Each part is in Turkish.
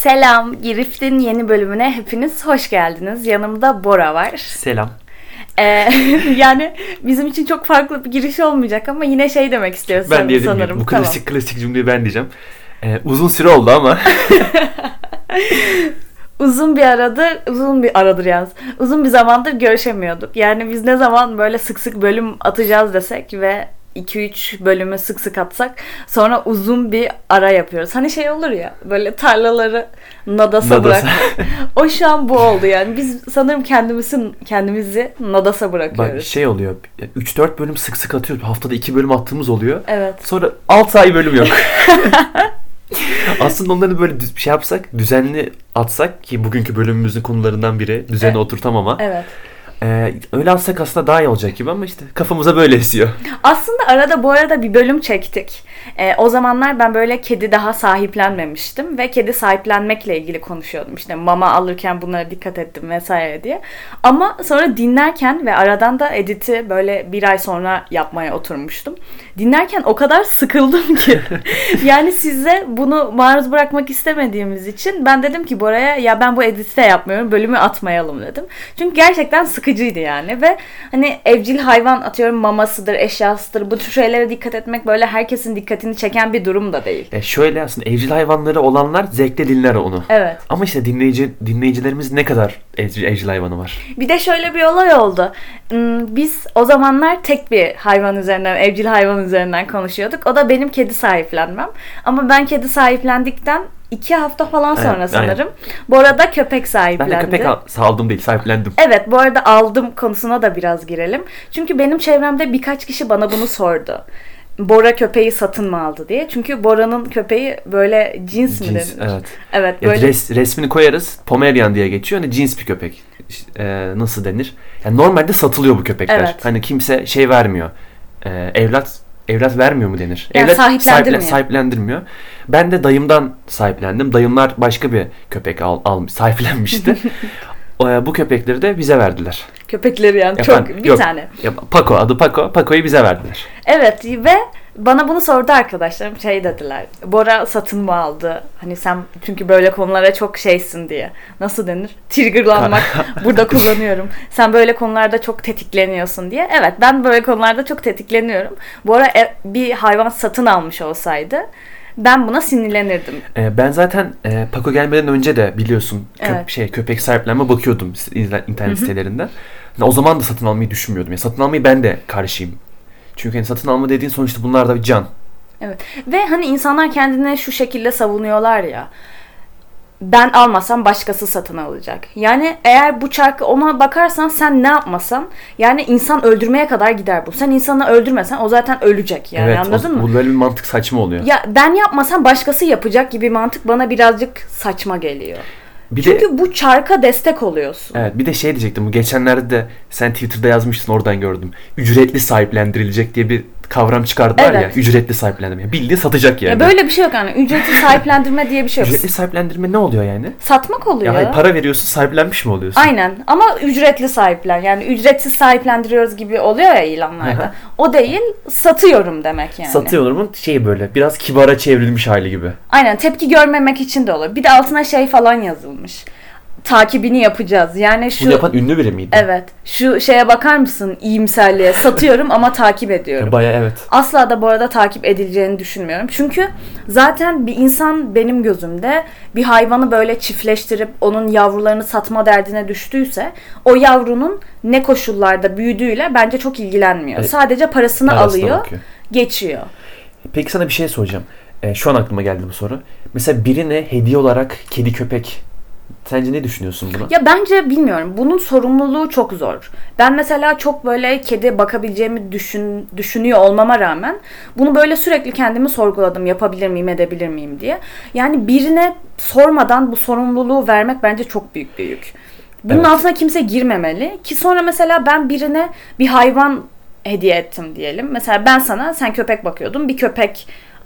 Selam, Girift'in yeni bölümüne hepiniz hoş geldiniz. Yanımda Bora var. Selam. Yani bizim için çok farklı bir giriş olmayacak ama yine şey demek istiyoruz Ben diyelim sanırım. Bu klasik cümleyi ben diyeceğim. Uzun süre oldu ama. Uzun bir zamandır görüşemiyorduk. Yani biz ne zaman böyle sık sık bölüm atacağız desek ve 2-3 bölümü sık sık atsak sonra uzun bir ara yapıyoruz. Hani şey olur ya, böyle tarlaları nadasa bırakmak. O şu an bu oldu yani. Biz sanırım kendimizi nadasa bırakıyoruz. Bak şey oluyor. 3-4 bölüm sık sık atıyoruz. Haftada 2 bölüm attığımız oluyor. Evet. Sonra 6 ay bölüm yok. Aslında onları böyle bir şey yapsak, düzenli atsak ki bugünkü bölümümüzün konularından biri düzeni oturtamama. Evet. Öyle atsak aslında daha iyi olacak gibi ama işte kafamıza böyle esiyor. Aslında bu arada bir bölüm çektik. O zamanlar ben böyle kedi daha sahiplenmemiştim ve kedi sahiplenmekle ilgili konuşuyordum. İşte mama alırken bunlara dikkat ettim vesaire diye. Ama sonra dinlerken ve aradan da editi böyle bir ay sonra yapmaya oturmuştum. Dinlerken o kadar sıkıldım ki. Yani size bunu maruz bırakmak istemediğimiz için ben dedim ki Bora'ya ya ben bu editi de yapmıyorum, bölümü atmayalım dedim. Çünkü gerçekten sıkıcıydı yani ve hani evcil hayvan atıyorum mamasıdır, eşyasıdır, bu tür şeylere dikkat etmek böyle herkesin dikkatini çeken bir durum da değil. Şöyle aslında evcil hayvanları olanlar zevkle dinler onu. Evet. Ama işte dinleyicilerimiz ne kadar evcil hayvanı var? Bir de şöyle bir olay oldu. Biz o zamanlar tek bir hayvan üzerinden, evcil hayvan üzerinden konuşuyorduk. O da benim kedi sahiplenmem. Ama ben kedi sahiplendikten 2 hafta falan sonra sanırım. Bu arada köpek sahiplendi. Ben de köpek aldım değil, sahiplendim. Evet, bu arada aldım konusuna da biraz girelim. Çünkü benim çevremde birkaç kişi bana bunu sordu. Bora köpeği satın mı aldı diye. Çünkü Bora'nın köpeği böyle cins mi denir? Evet. Evet. Ya böyle... resmini koyarız. Pomerian diye geçiyor. Hani cins bir köpek. Nasıl denir? Yani normalde satılıyor bu köpekler. Evet. Hani kimse şey vermiyor. Evlat vermiyor mu denir? Yani Evlat sahiplendirmiyor. Ben de dayımdan sahiplendim. Dayımlar başka bir köpek sahiplenmişti. Bu köpekleri de bize verdiler. Köpekleri yani tane. Adı Paco. Paco'yu bize verdiler. Evet ve bana bunu sordu arkadaşlarım. Şey dediler. Bora satın mı aldı? Hani sen çünkü böyle konulara çok şeysin diye. Nasıl denir? Triggerlanmak. Burada kullanıyorum. Sen böyle konularda çok tetikleniyorsun diye. Evet, ben böyle konularda çok tetikleniyorum. Bora bir hayvan satın almış olsaydı ben buna sinirlenirdim. Ben zaten Paco gelmeden önce de biliyorsun köpek sahiplenme bakıyordum internet sitelerinden. O zaman da satın almayı düşünmüyordum. Yani satın almayı ben de karşıyım. Çünkü hani satın alma dediğin sonuçta bunlar da bir can. Evet. Ve hani insanlar kendini şu şekilde savunuyorlar ya. Ben almasam başkası satın alacak. Yani eğer bu çarkı ona bakarsan sen ne yapmasan yani insan öldürmeye kadar gider bu. Sen insanı öldürmesen o zaten ölecek yani, evet, anladın mı? Bu böyle bir mantık saçma oluyor. Ya ben yapmasam başkası yapacak gibi mantık bana birazcık saçma geliyor. Çünkü bu çarka destek oluyorsun. Evet, bir de şey diyecektim. Bu geçenlerde de sen Twitter'da yazmıştın, oradan gördüm. Ücretli sahiplendirilecek diye bir kavram çıkardılar ya. Ücretli sahiplendirme. Bildiğin satacak yani. Ya böyle bir şey yok yani. Ücretli sahiplendirme diye bir şey yok. Ücretli sahiplendirme ne oluyor yani? Satmak oluyor. Ya para veriyorsun, sahiplenmiş mi oluyorsun? Aynen, ama ücretli sahiplen. Yani ücretsiz sahiplendiriyoruz gibi oluyor ya ilanlarda. O değil, satıyorum demek yani. Satıyorumun böyle biraz kibara çevrilmiş hali gibi. Aynen, tepki görmemek için de olur. Bir de altına şey falan yazılmış. Takibini yapacağız. Yani bunu yapan ünlü biri miydi? Evet. Şu şeye bakar mısın? İyimserliğe. Satıyorum ama takip ediyorum. Bayağı evet. Asla da bu arada takip edileceğini düşünmüyorum. Çünkü zaten bir insan benim gözümde bir hayvanı böyle çiftleştirip onun yavrularını satma derdine düştüyse o yavrunun ne koşullarda büyüdüğüyle bence çok ilgilenmiyor. Sadece parasını alıyor, geçiyor. Peki sana bir şey soracağım. Şu an aklıma geldi bu soru. Mesela birine hediye olarak kedi köpek, sence ne düşünüyorsun buna? Ya bence bilmiyorum. Bunun sorumluluğu çok zor. Ben mesela çok böyle kedi bakabileceğimi düşünüyor olmama rağmen bunu böyle sürekli kendimi sorguladım. Yapabilir miyim, edebilir miyim diye. Yani birine sormadan bu sorumluluğu vermek bence çok büyük bir yük. Bunun altına kimse girmemeli. Ki sonra mesela ben birine bir hayvan hediye ettim diyelim. Mesela ben sana, sen köpek bakıyordun. Bir köpek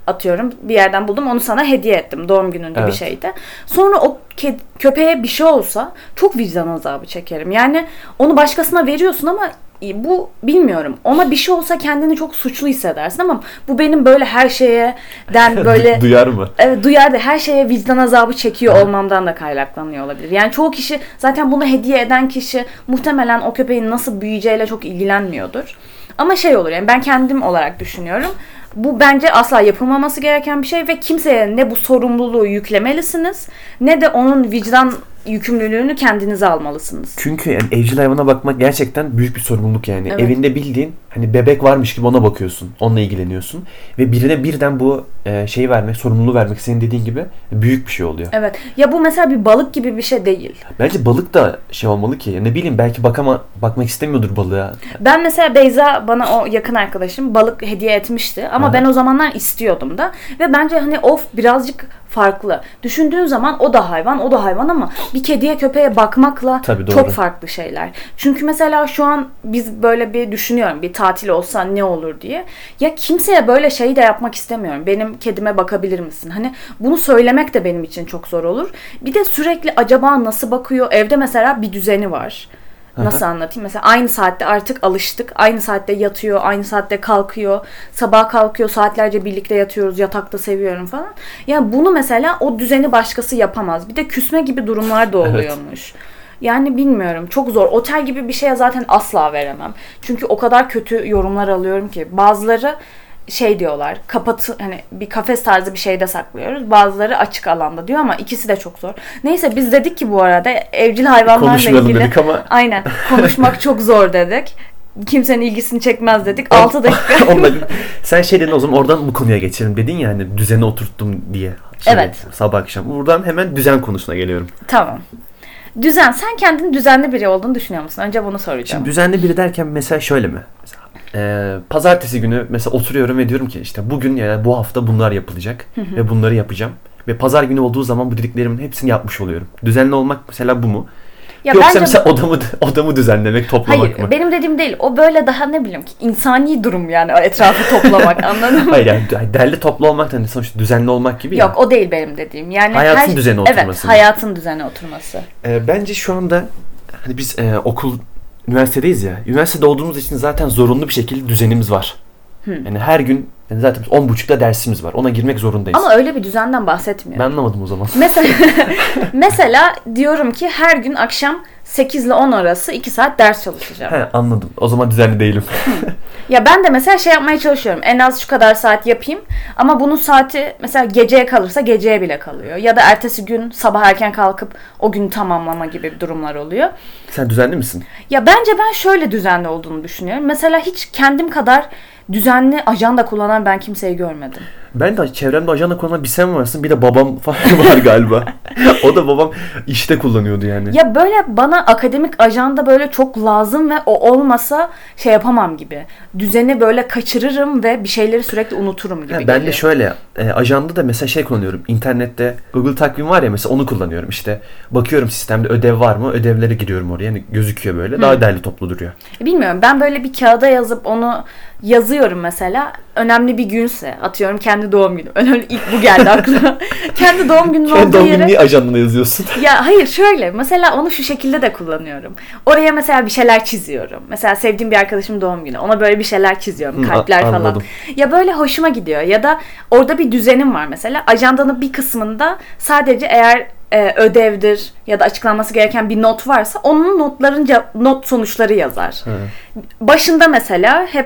atıyorum bir yerden buldum, onu sana hediye ettim doğum gününde bir şeyde. Sonra o köpeğe bir şey olsa çok vicdan azabı çekerim. Yani onu başkasına veriyorsun ama bu bilmiyorum. Ona bir şey olsa kendini çok suçlu hissedersin ama bu benim böyle her şeyden böyle duyar mı? Evet, duyar da her şeye vicdan azabı çekiyor olmamdan da kaynaklanıyor olabilir. Yani çoğu kişi zaten bunu hediye eden kişi muhtemelen o köpeğin nasıl büyüyeceğiyle çok ilgilenmiyordur. Ama şey olur, yani ben kendim olarak düşünüyorum. Bu bence asla yapılmaması gereken bir şey ve kimseye ne bu sorumluluğu yüklemelisiniz ne de onun vicdan yükümlülüğünü kendinize almalısınız. Çünkü yani evcil hayvana bakmak gerçekten büyük bir sorumluluk yani. Evet. Evinde bildiğin hani bebek varmış gibi ona bakıyorsun. Onunla ilgileniyorsun. Ve birine birden bu şeyi vermek, sorumluluğu vermek senin dediğin gibi büyük bir şey oluyor. Evet. Ya bu mesela bir balık gibi bir şey değil. Bence balık da şey olmalı ki. Ne bileyim, belki bakmak istemiyordur balığa. Ben mesela Beyza, bana o yakın arkadaşım balık hediye etmişti. Ama ben o zamanlar istiyordum da. Ve bence hani birazcık farklı. Düşündüğün zaman o da hayvan ama bir kediye köpeğe bakmakla çok farklı şeyler. Çünkü mesela şu an biz böyle bir düşünüyorum, bir tatil olsa ne olur diye. Ya kimseye böyle şey de yapmak istemiyorum. Benim kedime bakabilir misin? Hani bunu söylemek de benim için çok zor olur. Bir de sürekli acaba nasıl bakıyor? Evde mesela bir düzeni var. Nasıl anlatayım? Mesela aynı saatte artık alıştık. Aynı saatte yatıyor, aynı saatte kalkıyor. Sabah kalkıyor, saatlerce birlikte yatıyoruz, yatakta seviyorum falan. Yani bunu mesela o düzeni başkası yapamaz. Bir de küsme gibi durumlar da oluyormuş. Yani bilmiyorum, çok zor. Otel gibi bir şeye zaten asla veremem. Çünkü o kadar kötü yorumlar alıyorum ki. Bazıları şey diyorlar, hani bir kafes tarzı bir şeyde saklıyoruz. Bazıları açık alanda diyor ama ikisi de çok zor. Neyse, biz dedik ki bu arada evcil hayvanlarla ilgili dedik ama aynen konuşmak çok zor dedik. Kimsenin ilgisini çekmez dedik. 6 dakika. Sen şey dedin, o zaman oradan bu konuya geçelim dedin ya, hani düzeni oturttum diye. Evet. Sabah akşam. Buradan hemen düzen konusuna geliyorum. Tamam. Düzen. Sen kendini düzenli biri olduğunu düşünüyor musun? Önce bunu soracağım. Şimdi düzenli biri derken mesela şöyle mi? Mesela, pazartesi günü mesela oturuyorum ve diyorum ki işte bugün ya bu hafta bunlar yapılacak ve bunları yapacağım. Ve pazar günü olduğu zaman bu dediklerimin hepsini yapmış oluyorum. Düzenli olmak mesela bu mu? Ya yoksa mesela odamı düzenlemek, toplamak mı? Hayır, benim dediğim değil. O böyle daha ne bileyim ki insani durum yani, o etrafı toplamak, anladın mı? Hayır yani derli toplu olmak da hani sonuçta düzenli olmak gibi ya. Yok, o değil benim dediğim. Yani hayatın düzene oturması. Evet, hayatın düzene oturması. Bence şu anda hani biz üniversitedeyiz ya. Üniversitede olduğumuz için zaten zorunlu bir şekilde düzenimiz var. Yani her gün zaten 10.30'da dersimiz var. Ona girmek zorundayız. Ama öyle bir düzenden bahsetmiyorum. Ben anlamadım o zaman. Mesela diyorum ki her gün akşam 8 ile 10 arası 2 saat ders çalışacağım. He, anladım. O zaman düzenli değilim. Ya ben de mesela şey yapmaya çalışıyorum. En az şu kadar saat yapayım. Ama bunun saati mesela geceye kalırsa geceye bile kalıyor. Ya da ertesi gün sabah erken kalkıp o günü tamamlama gibi durumlar oluyor. Sen düzenli misin? Ya bence ben şöyle düzenli olduğunu düşünüyorum. Mesela hiç kendim kadar düzenli ajanda kullanan ben kimseyi görmedim. Ben de çevremde ajanda kullanan bir sen varsın, bir de babam falan var galiba. O da babam işte kullanıyordu yani. Ya böyle bana akademik ajanda böyle çok lazım ve o olmasa şey yapamam gibi. Düzeni böyle kaçırırım ve bir şeyleri sürekli unuturum gibi Ben de şöyle ajanda da mesela şey kullanıyorum. İnternette Google Takvim var ya, mesela onu kullanıyorum. İşte bakıyorum sistemde ödev var mı? Ödevlere giriyorum oraya. Yani gözüküyor böyle. Daha derli toplu duruyor. Bilmiyorum. Ben böyle bir kağıda yazıp onu yazıyorum mesela. Önemli bir günse, atıyorum kendi doğum günüm. Önemli, ilk bu geldi aklıma. Kendi doğum günüm olduğu yere. Kendi doğum gününü niye ajandana yazıyorsun? Ya hayır, şöyle. Mesela onu şu şekilde de kullanıyorum. Oraya mesela bir şeyler çiziyorum. Mesela sevdiğim bir arkadaşım doğum günü. Ona böyle bir şeyler çiziyorum. Kalpler falan. Ya böyle hoşuma gidiyor. Ya da orada bir düzenim var mesela. Ajandanın bir kısmında sadece eğer ödevdir ya da açıklanması gereken bir not varsa onun not sonuçları yazar. Başında mesela hep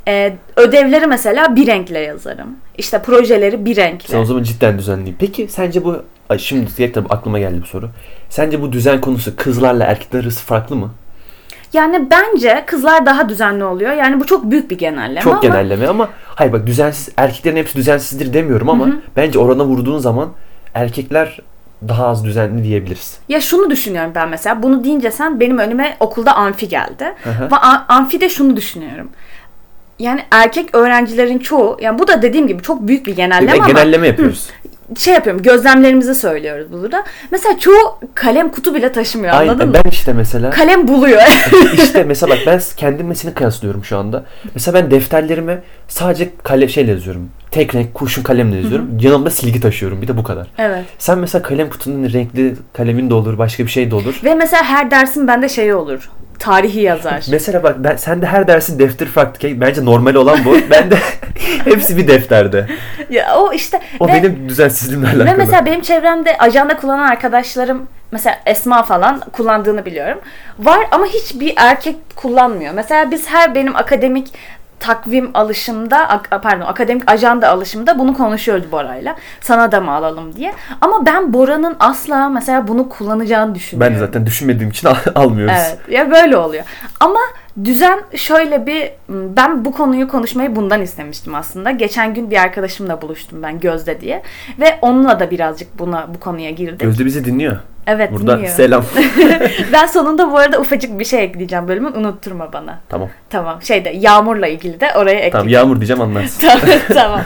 ödevleri mesela bir renkle yazarım. İşte projeleri bir renkle. Sen o zaman cidden düzenliyim. Peki sence bu, şimdi direkt aklıma geldi bu soru. Sence bu düzen konusu kızlarla erkekler arası farklı mı? Yani bence kızlar daha düzenli oluyor. Yani bu çok büyük bir genelleme çok genelleme ama hayır bak, düzensiz, erkeklerin hepsi düzensizdir demiyorum ama bence orana vurduğun zaman erkekler daha az düzenli diyebiliriz. Ya şunu düşünüyorum ben mesela. Bunu deyince sen benim önüme okulda amfi geldi. Ve amfide şunu düşünüyorum. Yani erkek öğrencilerin çoğu, yani bu da dediğim gibi çok büyük bir genelleme ama. Genelleme yapıyoruz. Şey yapıyorum, gözlemlerimizi söylüyoruz burada. Mesela çoğu kalem kutu bile taşımıyor, anladın mı? Ben işte mesela. Kalem buluyor. İşte mesela bak, ben kendimle seni kıyaslıyorum şu anda. Mesela ben defterlerime sadece şeyle yazıyorum. tek renk kurşun kalemle yazıyorum. Yanımda silgi taşıyorum. Bir de bu kadar. Evet. Sen mesela kalem kutunun renkli kalemin de olur, başka bir şey de olur. Ve mesela her dersin bende şey olur. Tarihi yazar. Mesela bak sen de her dersin defter farklı. Bence normal olan bu. Ben de hepsi bir defterde. Ya o işte. O benim düzensizliğimle alakalı. Ve mesela benim çevremde ajanda kullanan arkadaşlarım, mesela Esma falan kullandığını biliyorum. Var ama hiçbir erkek kullanmıyor. Mesela biz benim akademik takvim alışımda, akademik ajanda alışımda bunu konuşuyoruz Bora'yla. Sana da mı alalım diye. Ama ben Bora'nın asla mesela bunu kullanacağını düşünmüyorum. Ben de zaten düşünmediğim için almıyoruz. Evet. Ya böyle oluyor. Ama düzen şöyle ben bu konuyu konuşmayı bundan istemiştim aslında. Geçen gün bir arkadaşımla buluştum ben, Gözde diye. Ve onunla da birazcık bu konuya girdik. Gözde bizi dinliyor. Evet, burada dinliyor. Selam. Ben sonunda bu arada ufacık bir şey ekleyeceğim bölümün. Unutturma bana. Tamam. Yağmurla ilgili de oraya ekleyeceğim. Tamam, Yağmur diyeceğim, anlarsın. Tamam.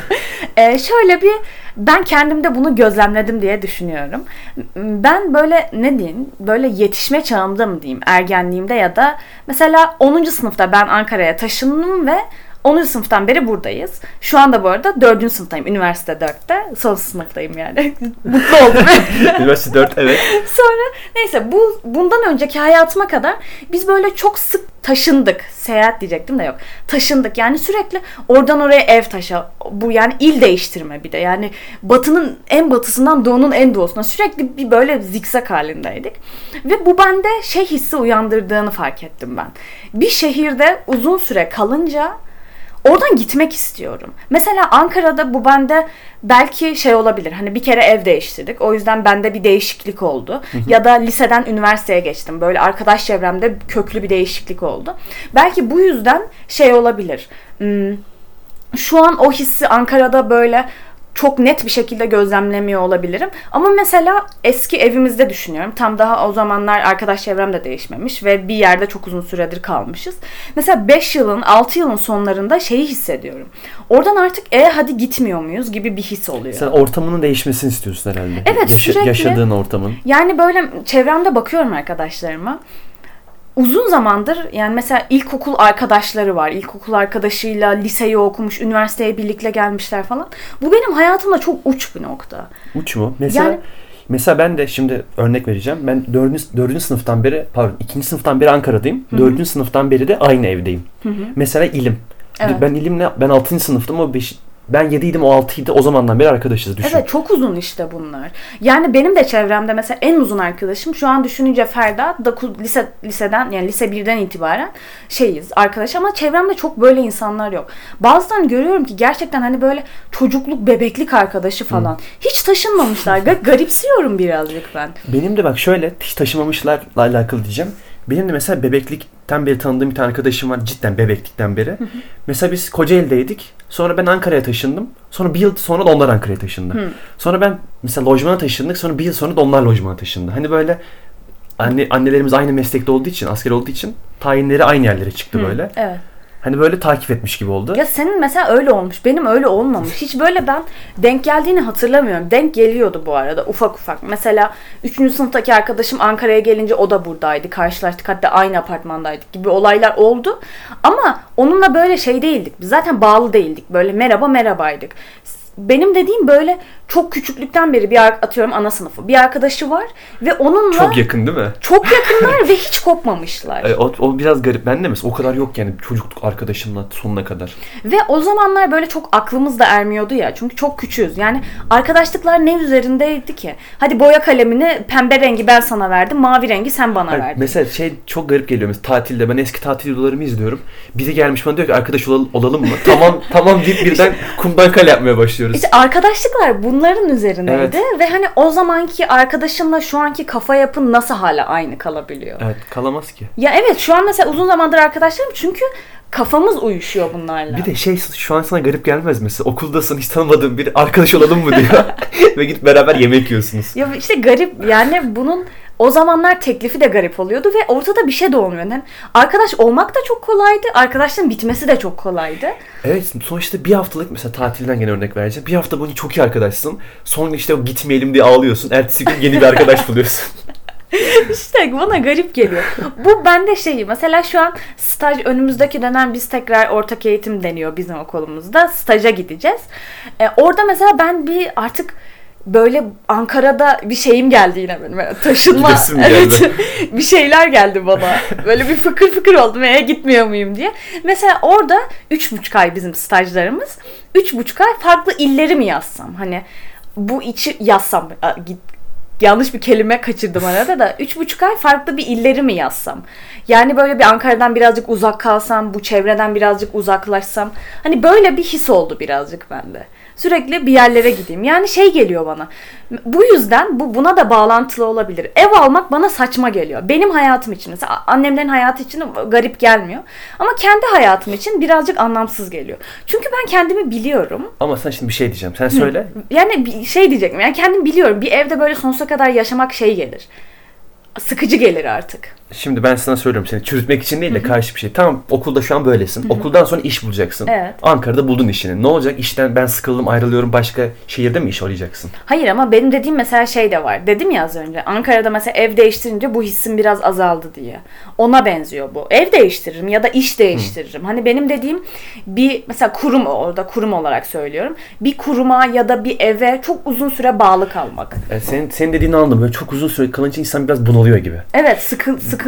Ben kendimde bunu gözlemledim diye düşünüyorum. Ben böyle ne diyeyim, böyle yetişme çağımda mı diyeyim, ergenliğimde ya da mesela 10. sınıfta ben Ankara'ya taşındım ve 10. sınıftan beri buradayız. Şu anda bu arada 4. sınıftayım. Üniversite 4'te. Son sınıftayım yani. Mutlu oldum. Üniversite 4, evet. Sonra neyse bundan önceki hayatıma kadar biz böyle çok sık taşındık. Seyahat diyecektim de yok. Taşındık. Yani sürekli oradan oraya ev taşı. Bu yani il değiştirme bir de. Yani batının en batısından doğunun en doğusuna sürekli bir böyle zikzak halindeydik. Ve bu bende hissi uyandırdığını fark ettim ben. Bir şehirde uzun süre kalınca oradan gitmek istiyorum. Mesela Ankara'da bu bende belki olabilir. Hani bir kere ev değiştirdik. O yüzden bende bir değişiklik oldu. Ya da liseden üniversiteye geçtim. Böyle arkadaş çevremde köklü bir değişiklik oldu. Belki bu yüzden olabilir. Şu an o hissi Ankara'da böyle çok net bir şekilde gözlemlemiyor olabilirim. Ama mesela eski evimizde düşünüyorum. Tam daha o zamanlar arkadaş çevrem de değişmemiş ve bir yerde çok uzun süredir kalmışız. Mesela 5 yılın, 6 yılın sonlarında hissediyorum. Oradan artık hadi gitmiyor muyuz gibi bir his oluyor. Sen ortamının değişmesini istiyorsun herhalde. Evet, sürekli. Yaşadığın ortamın. Yani böyle çevremde bakıyorum arkadaşlarıma. Uzun zamandır yani mesela ilkokul arkadaşları var. İlkokul arkadaşıyla liseyi okumuş, üniversiteye birlikte gelmişler falan. Bu benim hayatımda çok uç bir nokta. Uç mu? Mesela ben de şimdi örnek vereceğim. Ben 4. sınıftan beri, 2. sınıftan beri Ankara'dayım. 4. sınıftan beri de aynı evdeyim. Mesela ilim. Evet. Ben 6. sınıftım, o 5. Ben 7'ydim, o 6'ydı. O zamandan beri arkadaşız, düşün. Evet, çok uzun işte bunlar. Yani benim de çevremde mesela en uzun arkadaşım şu an düşününce Ferda, liseden yani lise 1'den itibaren arkadaş, ama çevremde çok böyle insanlar yok. Bazılarını görüyorum ki gerçekten hani böyle çocukluk, bebeklik arkadaşı falan. Hiç taşınmamışlar ve garipsiyorum birazcık ben. Benim de bak şöyle hiç taşınmamışlarla alakalı diyeceğim. Benim de mesela bebeklikten beri tanıdığım bir tane arkadaşım var. Cidden bebeklikten beri. Mesela biz Kocaeli'deydik. Sonra ben Ankara'ya taşındım. Sonra bir yıl sonra da onlar Ankara'ya taşındı. Sonra ben mesela lojmana taşındık. Sonra bir yıl sonra da onlar lojmana taşındı. Hani böyle annelerimiz aynı meslekte olduğu için, asker olduğu için tayinleri aynı yerlere çıktı böyle. Evet. Hani böyle takip etmiş gibi oldu. Ya senin mesela öyle olmuş. Benim öyle olmamış. Hiç böyle ben denk geldiğini hatırlamıyorum. Denk geliyordu bu arada ufak ufak. Mesela 3. sınıftaki arkadaşım Ankara'ya gelince o da buradaydı. Karşılaştık, hatta aynı apartmandaydık gibi olaylar oldu. Ama onunla böyle değildik. Biz zaten bağlı değildik. Böyle merhabaydık. Benim dediğim böyle çok küçüklükten beri atıyorum ana sınıfı bir arkadaşı var ve onunla çok yakın değil mi? Çok yakınlar ve hiç kopmamışlar. O biraz garip. Ben de mesela o kadar yok yani çocukluk arkadaşımla sonuna kadar. Ve o zamanlar böyle çok aklımız da ermiyordu ya. Çünkü çok küçüğüz. Yani arkadaşlıklar ne üzerindeydi ki? Hadi boya kalemini pembe rengi ben sana verdim, mavi rengi sen bana verdin. Mesela çok garip geliyor. Mesela tatilde ben eski tatil videolarımı izliyorum. Biri gelmiş bana diyor ki arkadaş olalım mı? Tamam deyip birden kumdan kale yapmaya başlıyoruz. İşte arkadaşlıklar bunların üzerindeydi. Evet. Ve hani o zamanki arkadaşımla şu anki kafa yapın nasıl hala aynı kalabiliyor? Evet, kalamaz ki. Ya evet, şu an mesela uzun zamandır arkadaşlarım çünkü kafamız uyuşuyor bunlarla. Bir de şu an sana garip gelmez mesela, okuldasın, hiç tanımadığın bir arkadaş olalım mı diyor. Ve gidip beraber yemek yiyorsunuz. Ya işte garip yani bunun o zamanlar teklifi de garip oluyordu ve ortada bir şey de olmuyor. Yani arkadaş olmak da çok kolaydı. Arkadaşlığın bitmesi de çok kolaydı. Evet, sonuçta bir haftalık mesela tatilden gene örnek vereceğim. Bir hafta boyunca çok iyi arkadaşsın. Sonra işte gitmeyelim diye ağlıyorsun. Ertesi gün yeni bir arkadaş buluyorsun. İşte bana garip geliyor. Bu bende mesela şu an staj, önümüzdeki dönem biz tekrar ortak eğitim deniyor bizim okulumuzda. Staja gideceğiz. Orada mesela ben bir artık böyle Ankara'da bir şeyim geldi yine benim. Taşınma. Evet. Bir şeyler geldi bana. Böyle bir fıkır fıkır oldum. Gitmiyor muyum diye. Mesela orada 3,5 ay bizim stajlarımız. 3,5 ay farklı illeri mi yazsam? Hani bu içi yazsam, yanlış bir kelime kaçırdım arada da 3,5 ay farklı bir illeri mi yazsam? Yani böyle bir Ankara'dan birazcık uzak kalsam, bu çevreden birazcık uzaklaşsam. Hani böyle bir his oldu birazcık bende. Sürekli bir yerlere gideyim. Yani geliyor bana. Bu yüzden buna da bağlantılı olabilir. Ev almak bana saçma geliyor. Benim hayatım için mesela annemlerin hayatı için garip gelmiyor. Ama kendi hayatım için birazcık anlamsız geliyor. Çünkü ben kendimi biliyorum. Ama sen şimdi bir şey diyeceğim. Sen söyle. Yani bir şey diyecektim. Yani kendim biliyorum. Bir evde böyle sonsuza kadar yaşamak gelir. Sıkıcı gelir artık. Şimdi ben sana söylüyorum, seni çürütmek için değil de karşı bir şey. Tamam, okulda şu an böylesin. Okuldan sonra iş bulacaksın. Evet. Ankara'da buldun işini. Ne olacak? İşten ben sıkıldım, ayrılıyorum, başka şehirde mi iş arayacaksın? Hayır ama benim dediğim mesela de var. Dedim ya az önce. Ankara'da mesela ev değiştirince bu hissim biraz azaldı diye. Ona benziyor bu. Ev değiştiririm ya da iş değiştiririm. Hani benim dediğim bir mesela kurum, orada kurum olarak söylüyorum. Bir kuruma ya da bir eve çok uzun süre bağlı kalmak. Senin dediğini anladım. Böyle çok uzun süre kalınca insan biraz bunalıyor gibi. Evet, sıkılıyorum.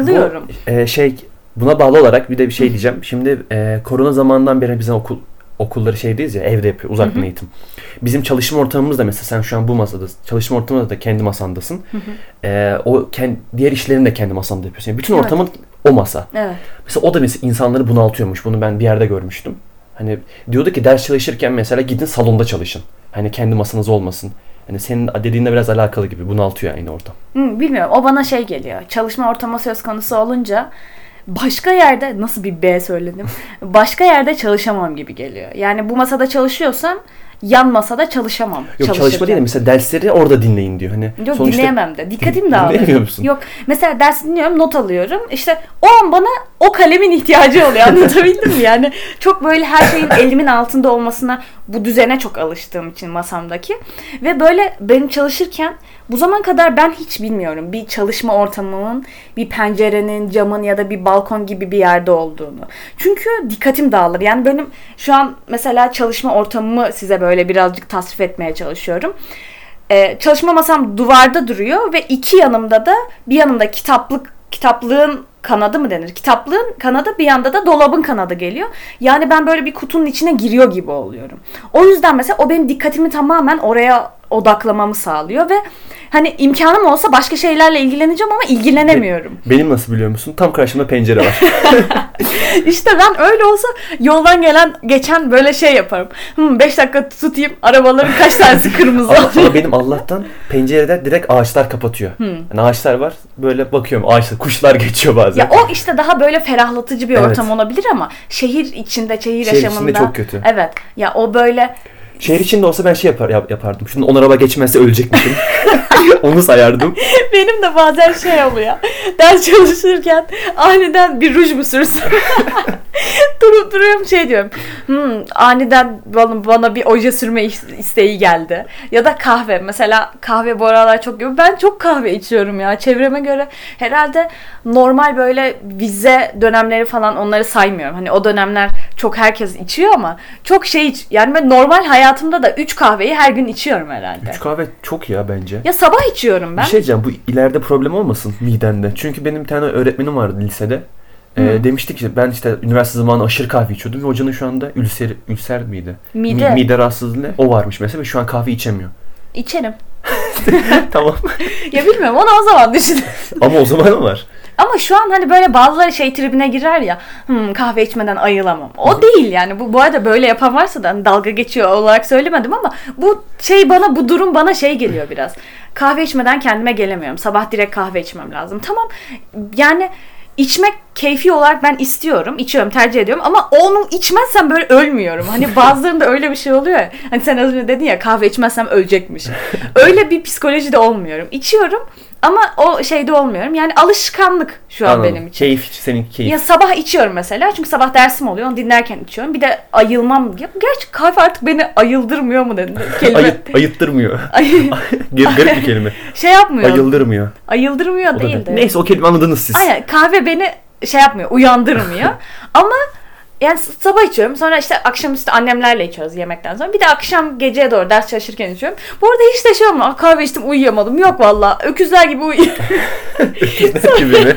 Buna bağlı olarak bir de bir şey diyeceğim. Şimdi korona zamanından beri bizim okulları şeydeyiz ya, evde yapıyor, uzaktan eğitim. Bizim çalışma ortamımız da mesela sen şu an bu masada, çalışma ortamında da kendi masandasın. Diğer işlerini de kendi masanda yapıyorsun. Yani bütün ortamın o masa. Evet. Mesela o da mesela insanları bunaltıyormuş. Bunu ben bir yerde görmüştüm. Hani diyordu ki ders çalışırken mesela gidin salonda çalışın. Hani kendi masanız olmasın. Hani senin dediğinle biraz alakalı gibi, bunaltıyor aynı ortam. Bilmiyorum, o bana geliyor. Çalışma ortamı söz konusu olunca başka yerde, nasıl bir B söyledim, başka yerde çalışamam gibi geliyor. Yani bu masada çalışıyorsam yan masada çalışamam. Yok, çalışma değil de mesela dersleri orada dinleyin diyor. Hani yok, dinleyemem de. Dikkatim dağılıyor. Dinleyemiyor musun? Yok. Mesela dersi dinliyorum, not alıyorum. İşte o an bana o kalemin ihtiyacı oluyor. Anlatabildim mi? Yani çok böyle her şeyin elimin altında olmasına, bu düzene çok alıştığım için masamdaki. Ve böyle benim çalışırken bu zaman kadar ben hiç bilmiyorum bir çalışma ortamının, bir pencerenin, camın ya da bir balkon gibi bir yerde olduğunu. Çünkü dikkatim dağılır. Yani benim şu an mesela çalışma ortamımı size böyle birazcık tasvir etmeye çalışıyorum. Çalışma masam duvarda duruyor ve iki yanımda da, bir yanımda kitaplığın kanadı mı denir? Kitaplığın kanadı, bir yanda da dolabın kanadı geliyor. Yani ben böyle bir kutunun içine giriyor gibi oluyorum. O yüzden mesela o benim dikkatimi tamamen oraya odaklamamı sağlıyor ve hani imkanım olsa başka şeylerle ilgileneceğim ama ilgilenemiyorum. Benim nasıl biliyor musun? Tam karşımda pencere var. İşte ben öyle olsa yoldan geçen böyle yaparım. 5 dakika tutayım, arabaların kaç tanesi kırmızı ama benim Allah'tan pencereden direkt ağaçlar kapatıyor. Yani ağaçlar var. Böyle bakıyorum, ağaçlar, kuşlar geçiyor bazen. Ya o işte daha böyle ferahlatıcı bir ortam olabilir ama şehir yaşamında. Şehir içinde çok kötü. Evet. Ya o böyle şehir içinde olsa ben yapardım. Şimdi 10 araba geçmezse ölecekmişim. Onu sayardım. Benim de bazen oluyor. Ders çalışırken aniden bir ruj mu sürsün? Durup duruyorum diyorum. Aniden bana bir oje sürme isteği geldi. Ya da kahve. Mesela kahve bu aralar çok gibi. Ben çok kahve içiyorum ya. Çevreme göre herhalde normal böyle vize dönemleri falan, onları saymıyorum. Hani o dönemler çok herkes içiyor ama çok yani ben normal hayatımda da 3 kahveyi her gün içiyorum herhalde. 3 kahve çok ya bence. Ya sabah içiyorum ben. Bir şey diyeceğim, bu ileride problem olmasın midende. Çünkü benim bir tane öğretmenim vardı lisede. Demişti ki ben işte üniversite zamanı aşırı kahve içiyordum ve hocanın şu anda ülser miydi? Mide rahatsızlığı o varmış mesela ve şu an kahve içemiyor. İçerim. Tamam. Ya bilmiyorum, onu o zaman düşünün. Ama o zaman var. Ama şu an hani böyle bazıları tribine girer ya, kahve içmeden ayılamam. O değil yani. Bu arada böyle yapan varsa da hani dalga geçiyor olarak söylemedim ama bu bu durum bana geliyor biraz. Kahve içmeden kendime gelemiyorum. Sabah direkt kahve içmem lazım. Tamam. Yani içmek keyfi olarak ben istiyorum, içiyorum, tercih ediyorum ama onu içmezsem böyle ölmüyorum. Hani bazılarında öyle bir şey oluyor ya. Hani sen az önce dedin ya, kahve içmezsem ölecekmişim. Öyle bir psikolojide olmuyorum. İçiyorum ama o şeyde olmuyorum. Yani alışkanlık şu an benim için. Keyif, senin keyif. Ya sabah içiyorum mesela. Çünkü sabah dersim oluyor. Onu dinlerken içiyorum. Bir de ayılmam. Ya, gerçi kahve artık beni ayıldırmıyor mu dedin? Ayıttırmıyor. Garip bir kelime. Şey yapmıyor. Ayıldırmıyor. Ayıldırmıyor değil de. Neyse, o kelime anladınız siz. Aynen, kahve beni şey yapmıyor. Uyandırmıyor. Ama yani sabah içiyorum. Sonra işte akşamüstü annemlerle içiyoruz yemekten sonra. Bir de akşam geceye doğru ders çalışırken içiyorum. Bu arada hiç de şey olmuyor. Kahve içtim uyuyamadım. Yok valla. Öküzler gibi uyuyorum. Öküzler gibi mi?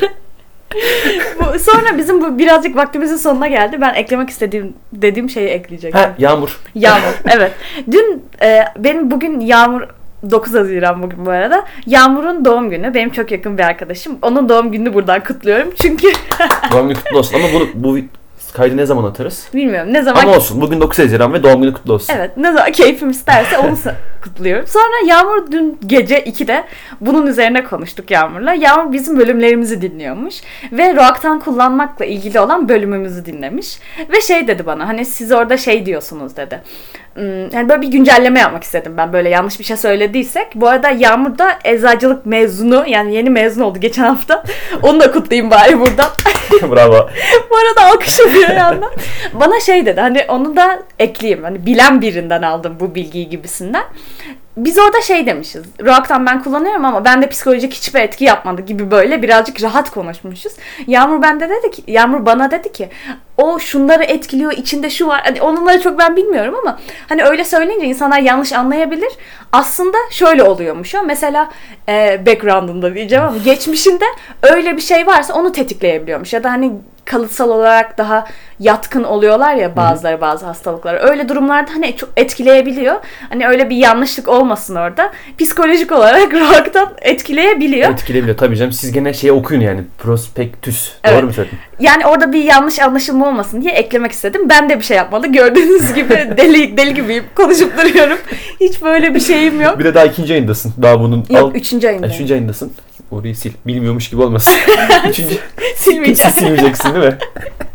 Sonra bizim bu birazcık vaktimizin sonuna geldi. Ben eklemek dediğim şeyi ekleyecektim. Yağmur. Yağmur, evet. Dün benim bugün Yağmur 9 Haziran bugün bu arada. Yağmur'un doğum günü. Benim çok yakın bir arkadaşım. Onun doğum gününü buradan kutluyorum. Çünkü doğum günü kutlu olsun ama bu kaydı ne zaman atarız? Bilmiyorum ne zaman. Ama olsun. Bugün 9 Haziran ve doğum günü kutlu olsun. Evet. Ne zaman keyfim isterse onu kutluyorum. Sonra Yağmur dün gece 2'de bunun üzerine konuştuk Yağmur'la. Yağmur bizim bölümlerimizi dinliyormuş. Ve Roaktan kullanmakla ilgili olan bölümümüzü dinlemiş. Ve şey dedi bana, hani siz orada şey diyorsunuz dedi. Yani böyle bir güncelleme yapmak istedim ben, böyle yanlış bir şey söylediysek. Bu arada Yağmur da eczacılık mezunu, yani yeni mezun oldu geçen hafta. Onu da kutlayayım bari buradan. Bravo. Bu arada alkış yapıyor yandan. Bana şey dedi, hani onu da ekleyeyim. Hani bilen birinden aldım bu bilgiyi gibisinden. Biz orada şey demişiz. Roaktan ben kullanıyorum ama bende psikolojik hiçbir etki yapmadı gibi, böyle birazcık rahat konuşmuşuz. Yağmur bana dedi ki o şunları etkiliyor, içinde şu var. Hani onları çok ben bilmiyorum ama hani öyle söyleyince insanlar yanlış anlayabilir. Aslında şöyle oluyormuş o. Mesela background'ında diyeceğim ama geçmişinde öyle bir şey varsa onu tetikleyebiliyormuş. Ya da hani kalıtsal olarak daha yatkın oluyorlar ya bazıları bazı hastalıklara. Öyle durumlarda hani çok etkileyebiliyor. Hani öyle bir yanlışlık olmasın orada. Psikolojik olarak Roaktan etkileyebiliyor. Etkileyebiliyor tabii canım. Siz gene şeyi okuyun yani. Prospektüs. Evet. Doğru mu söyledim? Yani orada bir yanlış anlaşılma olmasın diye eklemek istedim. Ben de bir şey yapmadı. Gördüğünüz gibi deli gibiyim. Konuşup duruyorum. Hiç böyle bir şeyim yok. Bir de daha 2. ayındasın. Daha bunun... Yok 3. ayındayım. 3. ayındasın. Orayı sil. Bilmiyormuş gibi olmasın. Silmeyeceğim. Silmeyeceksin değil mi?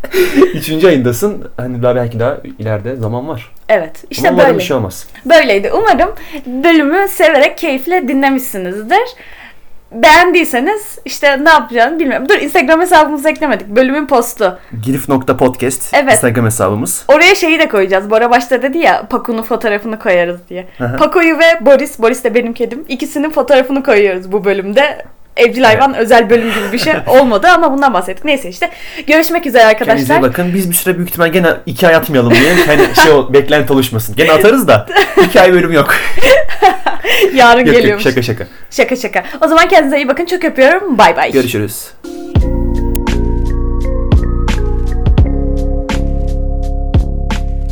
3. ayındasın. Hani daha belki daha ileride zaman var. Evet. İşte ama böyle. Bir şey olmaz. Böyleydi. Umarım bölümü severek, keyifle dinlemişsinizdir. Beğendiyseniz işte ne yapacağını bilmiyorum. Dur, Instagram hesabımızı eklemedik. Bölümün postu. Girif.podcast evet. Instagram hesabımız. Oraya şeyi de koyacağız. Bora başta dedi ya Paku'nun fotoğrafını koyarız diye. Paku'yu ve Boris de benim kedim. İkisinin fotoğrafını koyuyoruz bu bölümde. Evcil hayvan özel bölüm gibi bir şey olmadı ama bundan bahsettik. Neyse işte. Görüşmek üzere arkadaşlar. Kendinize bakın. Biz bir süre büyük ihtimal gene 2 ay atmayalım diye. Hani beklenti oluşmasın. Gene atarız da 2 ay bölüm yok. Yarın geliyormuş. Şaka. Şaka. O zaman kendinize iyi bakın. Çok öpüyorum. Bay bay. Görüşürüz.